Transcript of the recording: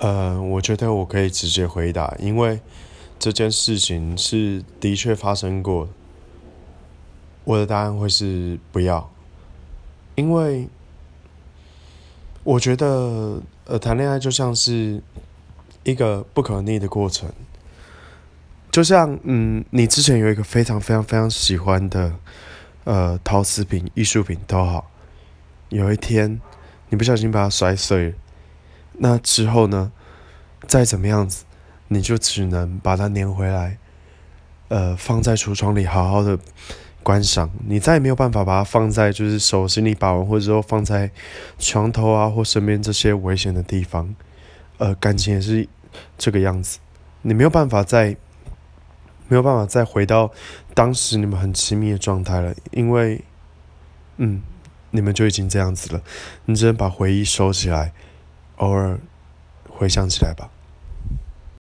我觉得我可以直接回答，因为这件事情是的确发生过。我的答案会是不要，因为我觉得谈恋爱就像是一个不可逆的过程，就像你之前有一个非常非常非常喜欢的陶瓷品、艺术品都好，有一天你不小心把它摔碎了，那之后呢，再怎么样子，你就只能把它粘回来，放在橱窗里好好的观赏。你再也没有办法把它放在就是手心里把玩，或者说放在床头啊或身边这些危险的地方。感情也是这个样子，你没有办法再回到当时你们很亲密的状态了，因为嗯，你们就已经这样子了，你只能把回忆收起来，偶尔回想起来吧。